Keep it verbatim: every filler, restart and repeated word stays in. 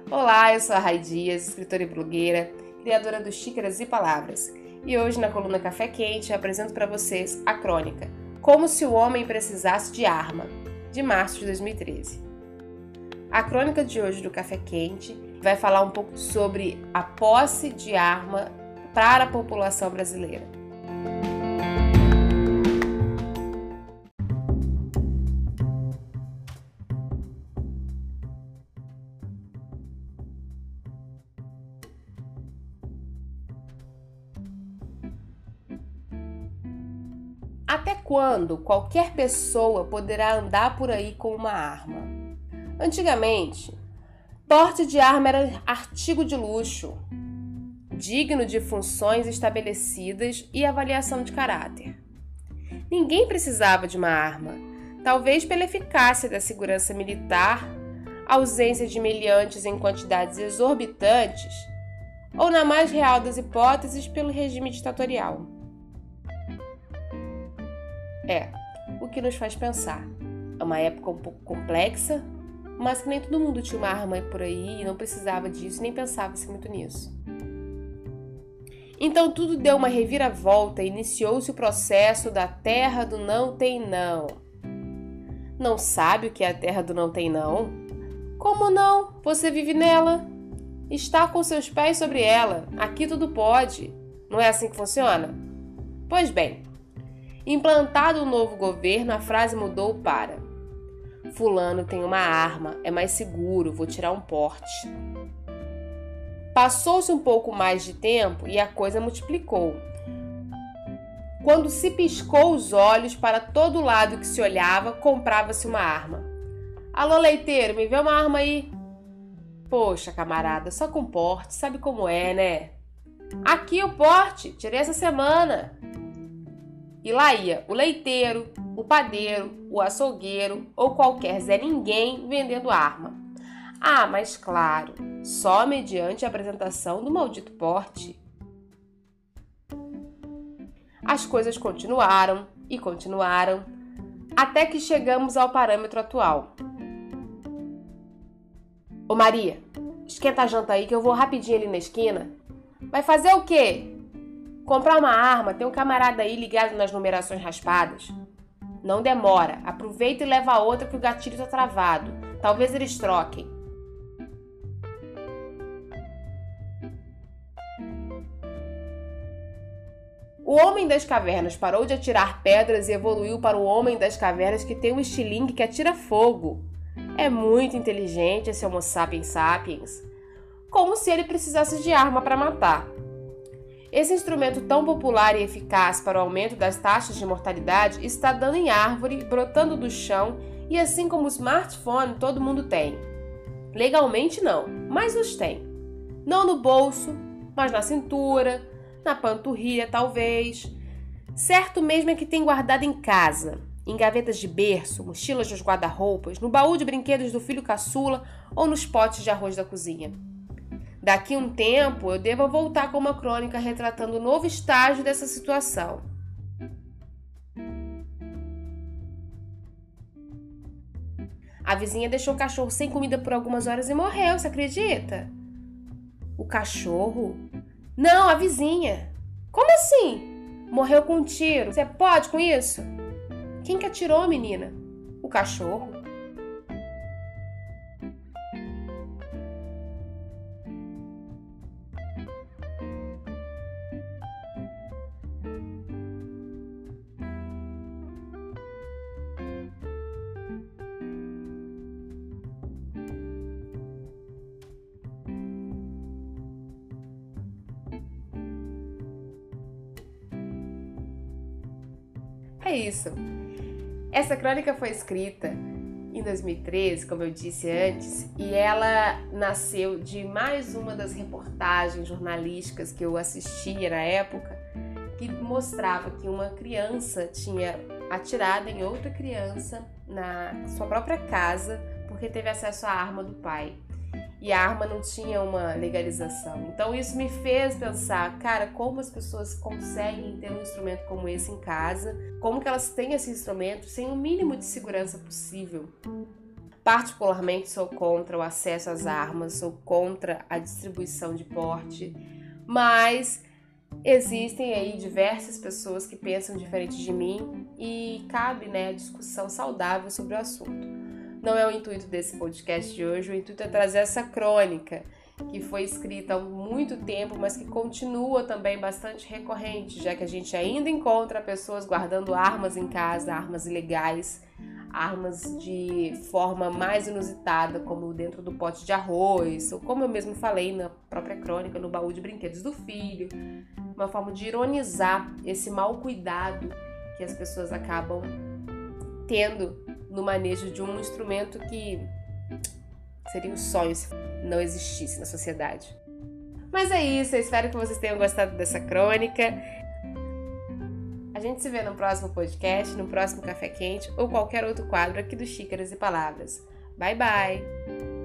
Olá, eu sou a Rai Dias, escritora e blogueira, criadora do Xícaras e Palavras. E hoje na coluna Café Quente eu apresento para vocês a crônica Como se o Homem Precisasse de Arma, de março de dois mil e treze. A crônica de hoje do Café Quente vai falar um pouco sobre a posse de arma para a população brasileira. Até quando qualquer pessoa poderá andar por aí com uma arma? Antigamente, porte de arma era artigo de luxo, digno de funções estabelecidas e avaliação de caráter. Ninguém precisava de uma arma, talvez pela eficácia da segurança militar, ausência de meliantes em quantidades exorbitantes, ou, na mais real das hipóteses, pelo regime ditatorial. É, o que nos faz pensar. É uma época um pouco complexa, mas que nem todo mundo tinha uma arma por aí e não precisava disso, nem pensava-se muito nisso. Então tudo deu uma reviravolta e iniciou-se o processo da terra do não tem não. Não sabe o que é a terra do não tem não? Como não? Você vive nela. Está com seus pés sobre ela. Aqui tudo pode. Não é assim que funciona? Pois bem, implantado o novo governo, a frase mudou para: fulano tem uma arma, é mais seguro, vou tirar um porte. Passou-se um pouco mais de tempo e a coisa multiplicou. Quando se piscou os olhos para todo lado que se olhava, comprava-se uma arma. Alô, leiteiro, me vê uma arma aí. Poxa, camarada, só com porte, sabe como é, né? Aqui o porte, tirei essa semana. E lá ia o leiteiro, o padeiro, o açougueiro ou qualquer Zé Ninguém vendendo arma. Ah, mas claro, só mediante a apresentação do maldito porte. As coisas continuaram e continuaram, até que chegamos ao parâmetro atual. Ô Maria, esquenta a janta aí que eu vou rapidinho ali na esquina. Vai fazer o quê? Comprar uma arma, tem um camarada aí ligado nas numerações raspadas. Não demora, aproveita e leva a outra que o gatilho tá travado. Talvez eles troquem. O homem das cavernas parou de atirar pedras e evoluiu para o homem das cavernas que tem um estilingue que atira fogo. É muito inteligente esse Homo sapiens sapiens. Como se ele precisasse de arma para matar. Esse instrumento tão popular e eficaz para o aumento das taxas de mortalidade está dando em árvore, brotando do chão e assim como o smartphone todo mundo tem. Legalmente não, mas os tem. Não no bolso, mas na cintura, na panturrilha talvez. Certo mesmo é que tem guardado em casa, em gavetas de berço, mochilas dos guarda-roupas, no baú de brinquedos do filho caçula ou nos potes de arroz da cozinha. Daqui a um tempo, eu devo voltar com uma crônica retratando o novo estágio dessa situação. A vizinha deixou o cachorro sem comida por algumas horas e morreu, você acredita? O cachorro? Não, a vizinha. Como assim? Morreu com um tiro. Você pode com isso? Quem que atirou, menina? O cachorro. É isso. Essa crônica foi escrita em dois mil e treze, como eu disse antes, e ela nasceu de mais uma das reportagens jornalísticas que eu assistia na época, que mostrava que uma criança tinha atirado em outra criança na sua própria casa porque teve acesso à arma do pai. E a arma não tinha uma legalização. Então isso me fez pensar, cara, como as pessoas conseguem ter um instrumento como esse em casa, como que elas têm esse instrumento sem o mínimo de segurança possível. Particularmente sou contra o acesso às armas, sou contra a distribuição de porte, mas existem aí diversas pessoas que pensam diferente de mim e cabe, né, a discussão saudável sobre o assunto. Não é o intuito desse podcast de hoje, o intuito é trazer essa crônica que foi escrita há muito tempo, mas que continua também bastante recorrente, já que a gente ainda encontra pessoas guardando armas em casa, armas ilegais, armas de forma mais inusitada, como dentro do pote de arroz, ou como eu mesmo falei na própria crônica, no baú de brinquedos do filho, uma forma de ironizar esse mau cuidado que as pessoas acabam tendo no manejo de um instrumento que seria um sonho se não existisse na sociedade. Mas é isso, eu espero que vocês tenham gostado dessa crônica. A gente se vê no próximo podcast, no próximo Café Quente ou qualquer outro quadro aqui do Xícaras e Palavras. Bye, bye!